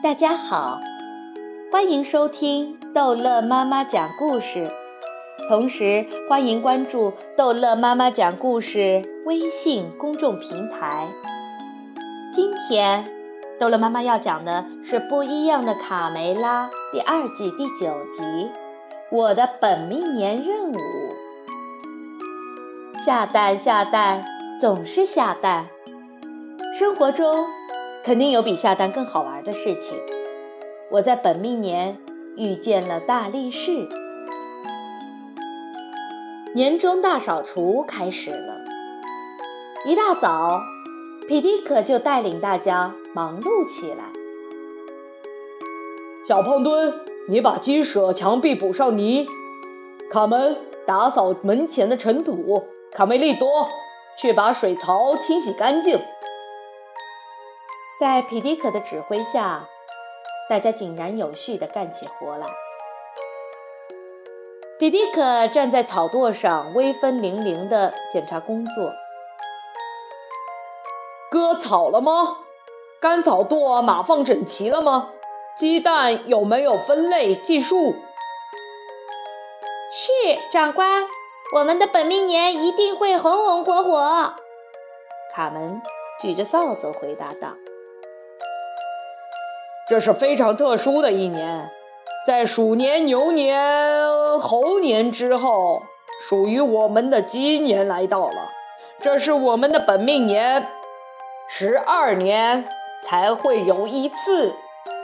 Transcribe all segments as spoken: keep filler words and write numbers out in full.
大家好，欢迎收听逗乐妈妈讲故事，同时欢迎关注逗乐妈妈讲故事微信公众平台。今天逗乐妈妈要讲的是不一样的卡梅拉第二季第九集，我的本命年任务。下蛋下蛋总是下蛋，生活中肯定有比下蛋更好玩的事情。我在本命年遇见了大力士。年终大扫除开始了，一大早皮迪克就带领大家忙碌起来。 小胖墩，你把鸡舍墙壁补上泥；卡门，打扫门前的尘土；卡梅利多，去把水槽清洗干净。 在皮迪克的指挥下，大家井然有序地干起活来。皮迪克站在草垛上，威风凛凛地检查工作。 割草了吗？干草垛码放整齐了吗？鸡蛋有没有分类计数？ 是，长官，我们的本命年一定会红红火火。卡门举着扫帚回答道。 这是非常特殊的一年，在鼠年、牛年、猴年之后，属于我们的鸡年来到了。这是我们的本命年，十二年才会有一次。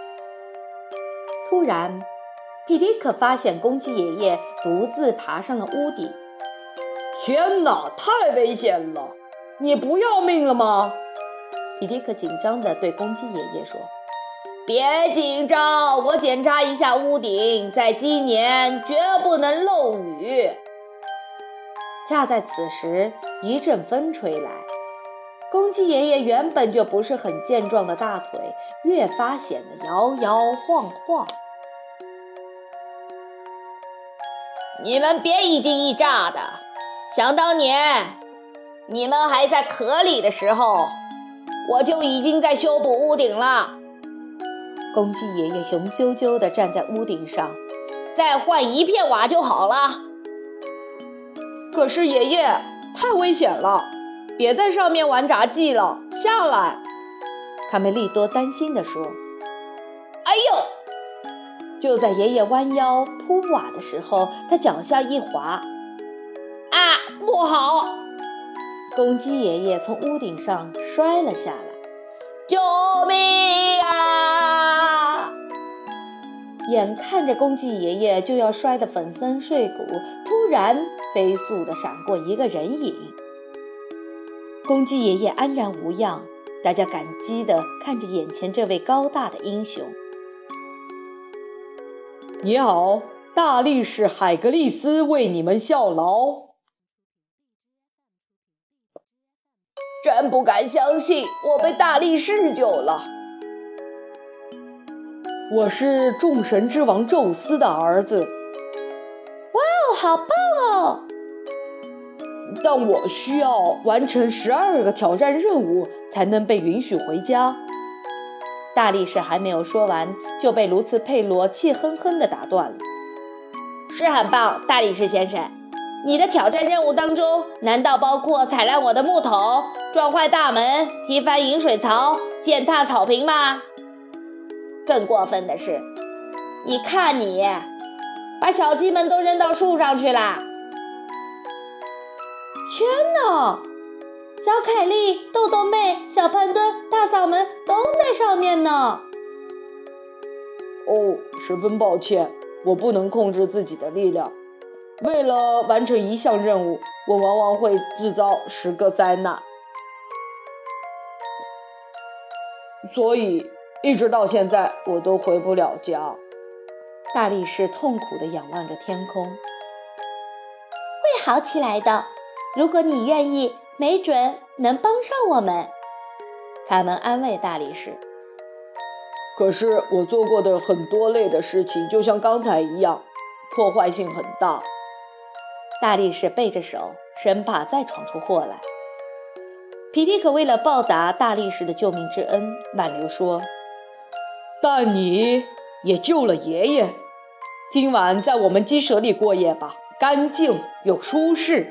突然，皮迪克发现公鸡爷爷独自爬上了屋顶。 天哪，太危险了！你不要命了吗？ 皮迪克紧张地对公鸡爷爷说。别紧张，我检查一下屋顶，在鸡年绝不能漏雨。恰在此时，一阵风吹来，公鸡爷爷原本就不是很健壮的大腿越发显得摇摇晃晃。你们别一惊一乍的，想当年你们还在壳里的时候，我就已经在修补屋顶了。公鸡爷爷雄赳赳地站在屋顶上，再换一片瓦就好了。 可是爷爷，太危险了，别在上面玩杂技了，下来。 卡梅利多担心地说。哎呦！就在爷爷弯腰铺瓦的时候，他脚下一滑，啊，不好！公鸡爷爷从屋顶上摔了下来。救命啊！眼看着公鸡爷爷就要摔得粉身碎骨，突然飞速地闪过一个人影。公鸡爷爷安然无恙，大家感激地看着眼前这位高大的英雄。 你好，大力士海格力斯为你们效劳。 真不敢相信，我被大力士救了。 我是众神之王宙斯的儿子。 哇哦，好棒哦！ 但我需要完成十二个挑战任务才能被允许回家。 大力士还没有说完，就被卢茨佩罗气哼哼地打断了。是很棒，大力士先生。你的挑战任务当中，难道包括踩烂我的木桶、撞坏大门、踢翻饮水槽、践踏草坪吗？更过分的是，你看你，把小鸡们都扔到树上去啦！天哪！小凯莉、豆豆妹、小胖墩、大嗓门都在上面呢。 哦，十分抱歉，我不能控制自己的力量。为了完成一项任务，我往往会制造十个灾难，所以一直到现在我都回不了家。 大力士痛苦地仰望着天空。会好起来的，如果你愿意，没准能帮上我们。卡门安慰大力士。 可是我做过的很多类的事情，就像刚才一样，破坏性很大。 大力士背着手，生怕再闯出祸来。皮迪克为了报答大力士的救命之恩，挽留说： 但你也救了爷爷，今晚在我们鸡舍里过夜吧，干净又舒适。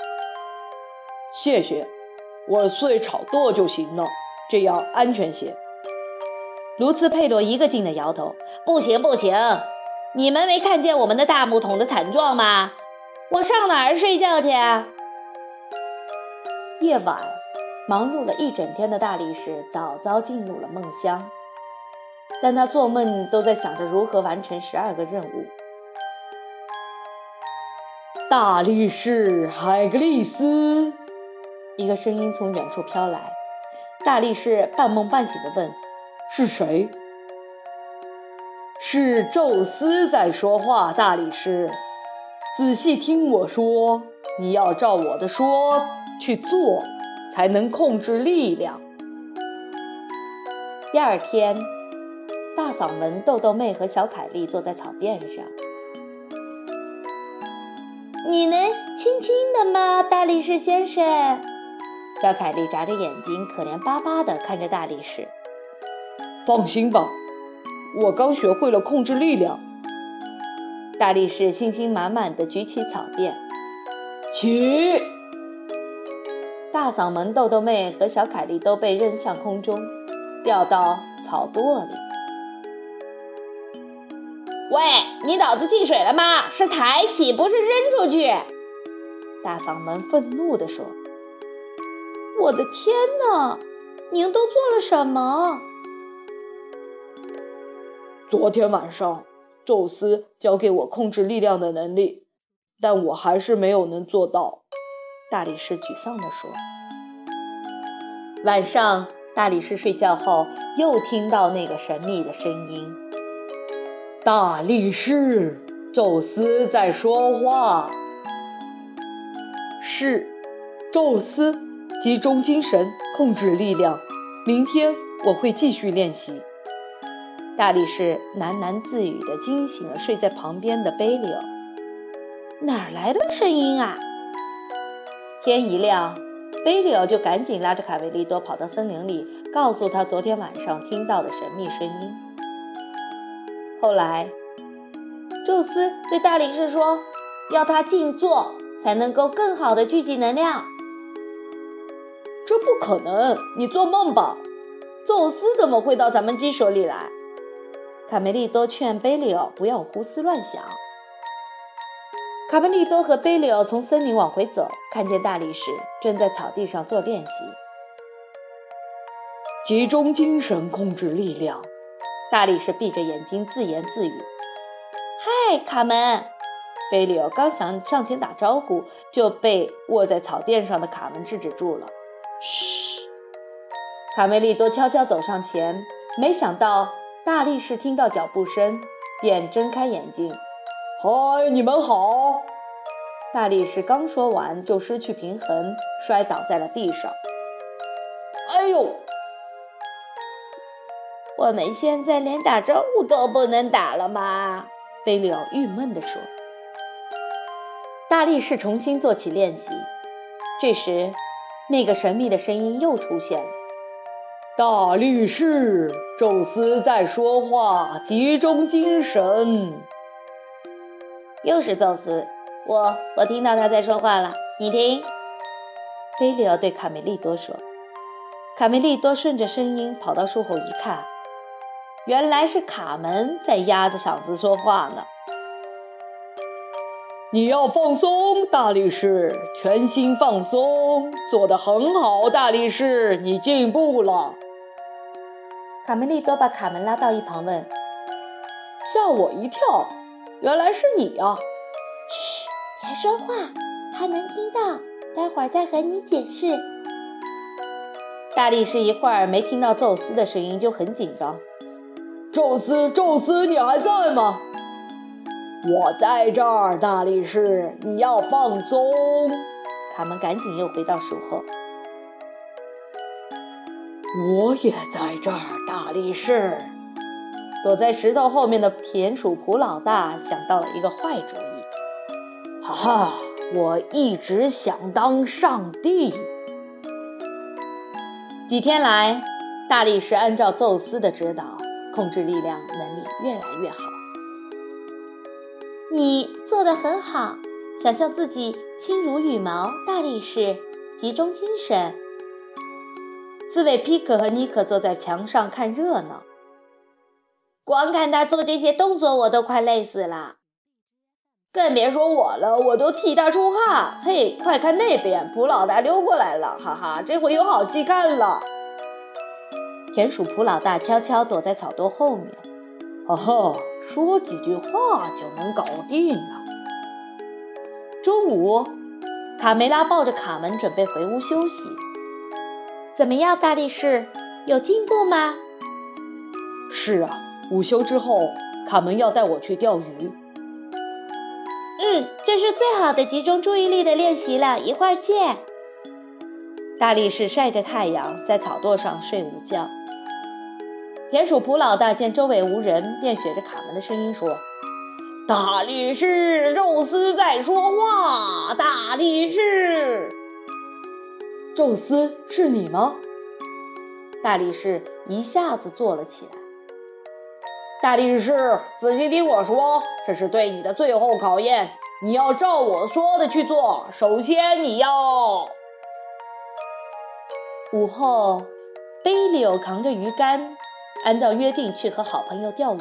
谢谢，我睡草垛就行了，这样安全些。 卢茨佩罗一个劲地摇头，不行不行，你们没看见我们的大木桶的惨状吗？我上哪儿睡觉去啊？夜晚，忙碌了一整天的大力士早早进入了梦乡，但他做梦都在想着如何完成十二个任务。 大力士海格力斯， 一个声音从远处飘来。大力士半梦半醒地问： 是谁？是宙斯在说话，大力士，仔细听我说，你要照我的说去做，才能控制力量。 第二天，大嗓门豆豆妹和小凯莉坐在草垫上。你能轻轻的吗，大力士先生？小凯莉眨着眼睛，可怜巴巴地看着大力士。 放心吧，我刚学会了控制力量。 大力士信心满满地举起草垫。 起！ 大嗓门豆豆妹和小凯莉都被扔向空中，掉到草垛里。喂，你脑子进水了吗？是抬起，不是扔出去！大嗓门愤怒地说。我的天哪，您都做了什么？ 昨天晚上，宙斯教给我控制力量的能力，但我还是没有能做到。 大力士沮丧地说。晚上，大力士睡觉后又听到那个神秘的声音。 大力士，宙斯在说话。是，宙斯，集中精神，控制力量。明天我会继续练习。 大力士喃喃自语地惊醒了睡在旁边的贝利奥。哪儿来的声音啊？天一亮，贝利奥就赶紧拉着卡梅利多跑到森林里，告诉他昨天晚上听到的神秘声音。后来，宙斯对大力士说，要他静坐，才能够更好地聚集能量。 这不可能，你做梦吧！宙斯怎么会到咱们鸡舍里来？ 卡梅利多劝贝利奥不要胡思乱想。卡梅利多和贝利奥从森林往回走，看见大力士正在草地上做练习。 集中精神，控制力量。 大力士闭着眼睛自言自语。嗨，卡门！贝利奥刚想上前打招呼，就被卧在草垫上的卡门制止住了。嘘！卡梅利多悄悄走上前，没想到大力士听到脚步声，便睁开眼睛。 嗨，你们好！ 大力士刚说完，就失去平衡，摔倒在了地上。 哎呦！ 我们现在连打招呼都不能打了吗？贝利奥郁闷地说。大力士重新做起练习。这时，那个神秘的声音又出现了。 大力士，宙斯在说话，集中精神。 又是宙斯，我我听到他在说话了，你听。贝利奥对卡梅利多说。卡梅利多顺着声音跑到树后一看，原来是卡门在压着嗓子说话呢。 你要放松，大力士，全心放松，做得很好，大力士，你进步了。 卡梅利多把卡门拉到一旁问： 吓我一跳，原来是你啊！ 嘘，别说话，他能听到，待会儿再和你解释。大力士一会儿没听到宙斯的声音，就很紧张。 宙斯，宙斯，你还在吗？我在这儿，大力士，你要放松。 卡门赶紧又回到树后。 我也在这儿，大力士。 躲在石头后面的田鼠普老大想到了一个坏主意。 哈哈，我一直想当上帝。 几天来，大力士按照宙斯的指导， 控制力量能力越来越好。你做得很好，想象自己轻如羽毛，大力士，集中精神。刺猬皮克和尼克坐在墙上看热闹，光看他做这些动作我都快累死了，更别说我了，我都替他出汗。嘿，快看那边，普老大溜过来了，哈哈，这回有好戏看了。田鼠普老大悄悄躲在草垛后面，哈哈，说几句话就能搞定了。中午，卡梅拉抱着卡门准备回屋休息。怎么样，大力士，有进步吗？ 是啊，午休之后，卡门要带我去钓鱼。 嗯，这是最好的集中注意力的练习了，一会儿见。大力士晒着太阳，在草垛上睡午觉。田鼠普老大见周围无人，便学着卡门的声音说：大力士，宙斯在说话，大力士。 宙斯，是你吗？ 大力士一下子坐了起来。大力士，仔细听我说，这是对你的最后考验，你要照我说的去做。首先你要……午后，贝利欧扛着鱼竿，按照约定去和好朋友钓鱼。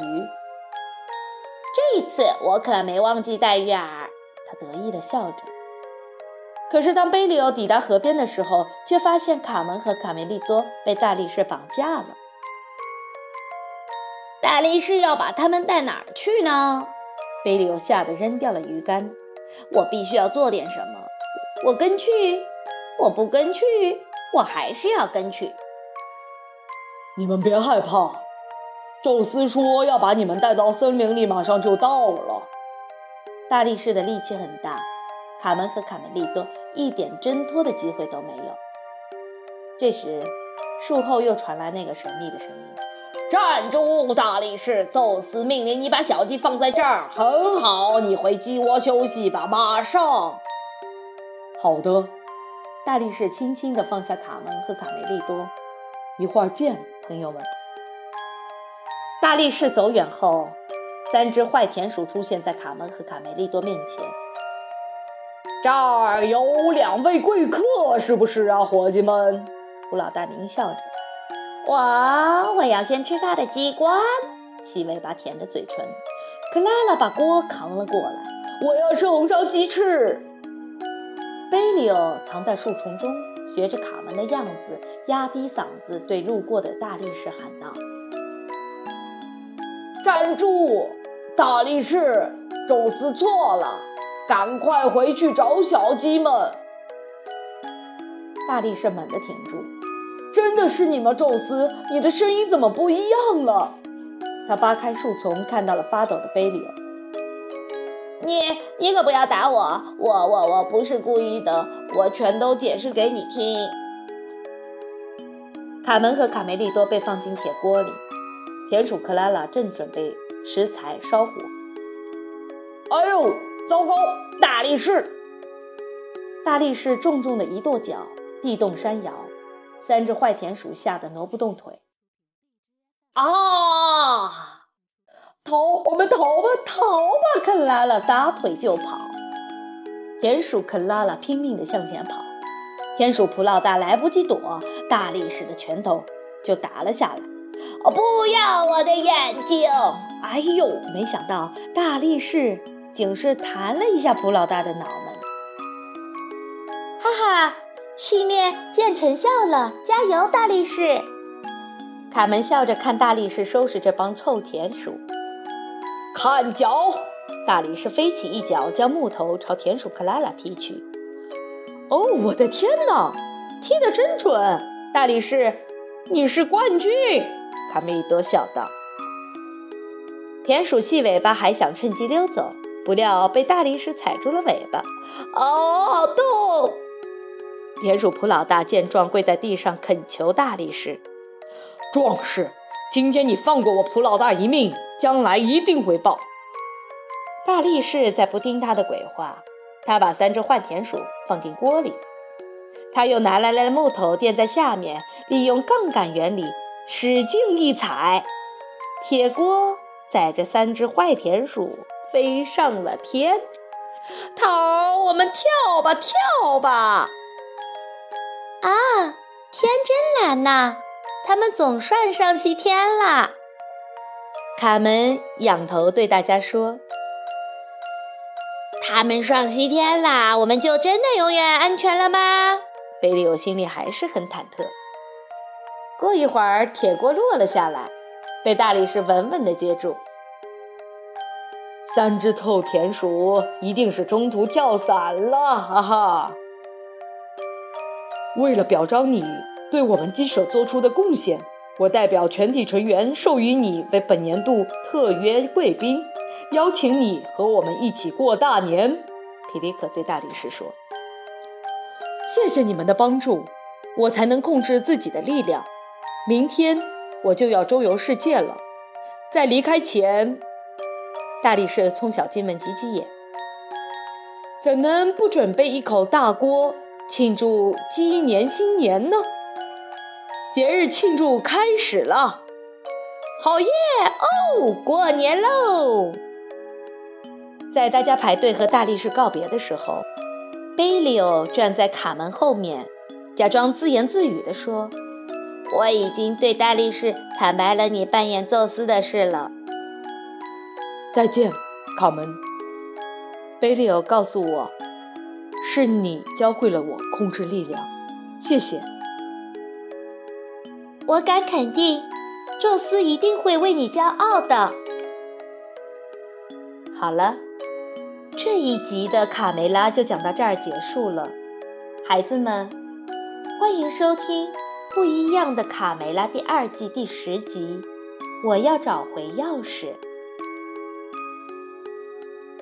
这次我可没忘记带鱼饵，他得意地笑着。可是当贝利欧抵达河边的时候，却发现卡门和卡梅利多被大力士绑架了。大力士要把他们带哪儿去呢？贝利欧吓得扔掉了鱼竿。我必须要做点什么。我跟去，我不跟去，我还是要跟去。 你们别害怕，宙斯说要把你们带到森林里，马上就到了。 大力士的力气很大，卡门和卡梅利多一点挣脱的机会都没有。这时，树后又传来那个神秘的声音：站住，大力士！宙斯命令你把小鸡放在这儿。很好，你回鸡窝休息吧，马上。 好的。 大力士轻轻地放下卡门和卡梅利多。 一会儿见，朋友们。 大力士走远后，三只坏田鼠出现在卡门和卡梅利多面前。这儿有两位贵客，是不是啊，伙计们？胡老大狞笑着。我我要先吃他的鸡冠。细尾巴舔着嘴唇。克拉拉把锅扛了过来。我要吃红烧鸡翅。贝利欧藏在树丛中，学着卡门的样子，压低嗓子对路过的大力士喊道：站住，大力士！宙斯错了，赶快回去找小鸡们。大力士猛地停住。真的是你吗，宙斯？你的声音怎么不一样了？他扒开树丛，看到了发抖的贝利欧。你你可不要打我，我我我不是故意的，我全都解释给你听。卡门和卡梅利多被放进铁锅里，田鼠克拉拉正准备食材烧火。哎呦，糟糕！大力士！大力士重重的一跺脚，地动山摇，三只坏田鼠吓得挪不动腿。啊！逃！我们逃吧，逃吧！肯拉拉撒腿就跑。田鼠肯拉拉拼命地向前跑，田鼠普老大来不及躲，大力士的拳头就打了下来。哦，不要我的眼睛！哎呦，没想到大力士竟是弹了一下普老大的脑门。哈哈，训练见成效了，加油，大力士！卡门笑着看大力士收拾这帮臭田鼠。看脚！大力士飞起一脚，将木头朝田鼠克拉拉踢去。哦，我的天哪，踢得真准！大力士，你是冠军！卡梅利多笑道。田鼠细尾巴还想趁机溜走，不料被大力士踩住了尾巴。哦，好痛！田鼠普老大见状，跪在地上恳求大力士：壮士，今天你放过我普老大一命，将来一定会报。大力士再不听他的鬼话，他把三只坏田鼠放进锅里，他又拿来了木头垫在下面，利用杠杆原理使劲一踩， 铁锅载着三只坏田鼠飞上了天。头儿，我们跳吧，跳吧！ 啊，天真蓝呐，他们总算上西天啦！ 卡门仰头对大家说：“ 他们上西天啦，我们就真的永远安全了吗？” 贝利欧心里还是很忐忑。过一会儿，铁锅落了下来，被大力士稳稳地接住。三只臭田鼠一定是中途跳伞了，哈哈！为了表彰你对我们鸡舍做出的贡献，我代表全体成员授予你为本年度特约贵宾，邀请你和我们一起过大年。皮迪克对大力士说：“谢谢你们的帮助，我才能控制自己的力量。明天我就要周游世界了，在离开前……”大力士从小鸡们挤挤眼，怎能不准备一口大锅庆祝鸡年新年呢？节日庆祝开始了！好耶！哦，过年喽！在大家排队和大力士告别的时候，贝利欧站在卡门后面，假装自言自语地说：“ 我已经对大力士坦白了你扮演宙斯的事了。” 再见，卡门。贝利欧告诉我，是你教会了我控制力量，谢谢。 我敢肯定，宙斯一定会为你骄傲的。 好了，这一集的卡梅拉就讲到这儿结束了。孩子们，欢迎收听《不一样的卡梅拉》第二季第十集，我要找回钥匙。